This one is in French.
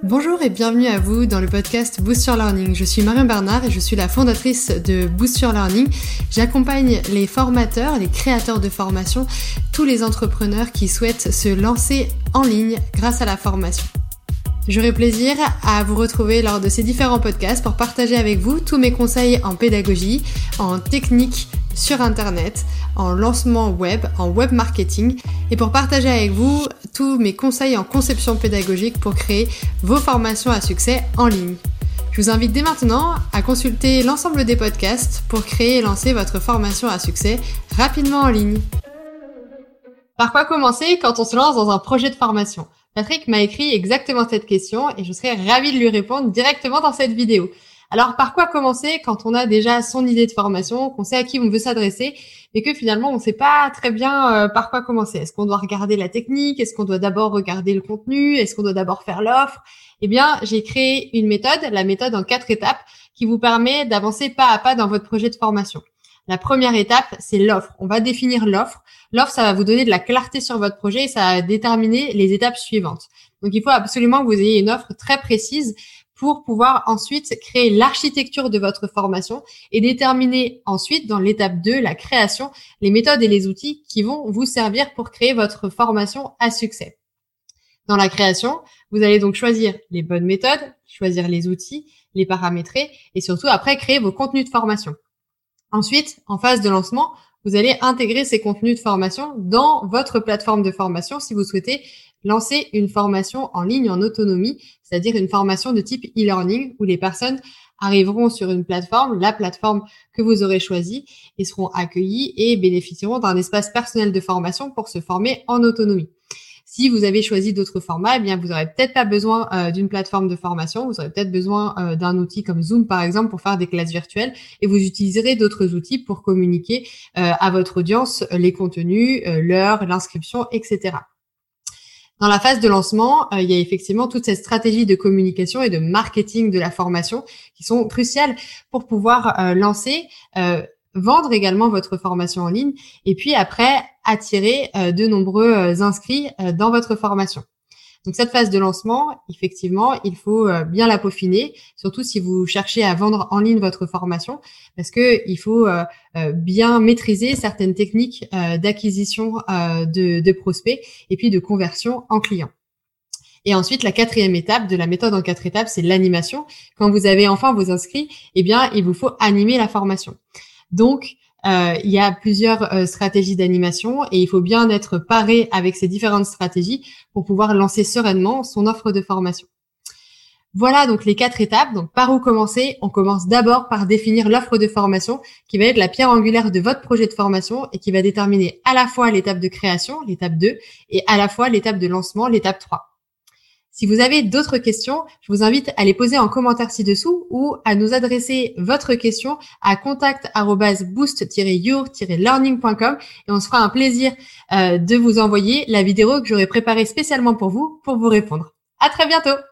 Bonjour et bienvenue à vous dans le podcast Boost Your Learning. Je suis Marion Bernard et je suis la fondatrice de Boost Your Learning. J'accompagne les formateurs, les créateurs de formation, tous les entrepreneurs qui souhaitent se lancer en ligne grâce à la formation. J'aurai plaisir à vous retrouver lors de ces différents podcasts pour partager avec vous tous mes conseils en pédagogie, en technique sur Internet, en lancement web, en web marketing et pour partager avec vous tous mes conseils en conception pédagogique pour créer vos formations à succès en ligne. Je vous invite dès maintenant à consulter l'ensemble des podcasts pour créer et lancer votre formation à succès rapidement en ligne. Par quoi commencer quand on se lance dans un projet de formation ? Patrick m'a écrit exactement cette question et je serais ravie de lui répondre directement dans cette vidéo. Alors, par quoi commencer quand on a déjà son idée de formation, qu'on sait à qui on veut s'adresser, mais que finalement, on ne sait pas très bien par quoi commencer. Est-ce qu'on doit regarder la technique? Est-ce qu'on doit d'abord regarder le contenu? Est-ce qu'on doit d'abord faire l'offre? Eh bien, j'ai créé une méthode, la méthode en 4 étapes, qui vous permet d'avancer pas à pas dans votre projet de formation. La première étape, c'est l'offre. On va définir l'offre. L'offre, ça va vous donner de la clarté sur votre projet et ça va déterminer les étapes suivantes. Donc, il faut absolument que vous ayez une offre très précise pour pouvoir ensuite créer l'architecture de votre formation et déterminer ensuite, dans l'étape 2, la création, les méthodes et les outils qui vont vous servir pour créer votre formation à succès. Dans la création, vous allez donc choisir les bonnes méthodes, choisir les outils, les paramétrer et surtout après créer vos contenus de formation. Ensuite, en phase de lancement, vous allez intégrer ces contenus de formation dans votre plateforme de formation si vous souhaitez lancer une formation en ligne en autonomie, c'est-à-dire une formation de type e-learning où les personnes arriveront sur une plateforme, la plateforme que vous aurez choisie, et seront accueillies et bénéficieront d'un espace personnel de formation pour se former en autonomie. Si vous avez choisi d'autres formats, eh bien vous n'aurez peut-être pas besoin d'une plateforme de formation, vous aurez peut-être besoin d'un outil comme Zoom par exemple pour faire des classes virtuelles et vous utiliserez d'autres outils pour communiquer à votre audience les contenus, l'heure, l'inscription, etc. Dans la phase de lancement, il y a effectivement toute cette stratégie de communication et de marketing de la formation qui sont cruciales pour pouvoir lancer, vendre également votre formation en ligne et puis après attirer de nombreux inscrits dans votre formation. Donc cette phase de lancement, effectivement, il faut bien la peaufiner, surtout si vous cherchez à vendre en ligne votre formation, parce que il faut bien maîtriser certaines techniques d'acquisition de prospects et puis de conversion en clients. Et ensuite, la 4e étape de la méthode en 4 étapes, c'est l'animation. Quand vous avez enfin vos inscrits, eh bien, il vous faut animer la formation. Donc, il y a plusieurs stratégies d'animation et il faut bien être paré avec ces différentes stratégies pour pouvoir lancer sereinement son offre de formation. Voilà donc les 4 étapes. Donc, par où commencer ? On commence d'abord par définir l'offre de formation qui va être la pierre angulaire de votre projet de formation et qui va déterminer à la fois l'étape de création, l'étape 2, et à la fois l'étape de lancement, l'étape 3. Si vous avez d'autres questions, je vous invite à les poser en commentaire ci-dessous ou à nous adresser votre question à contact@boost-your-learning.com et on se fera un plaisir de vous envoyer la vidéo que j'aurai préparée spécialement pour vous répondre. À très bientôt!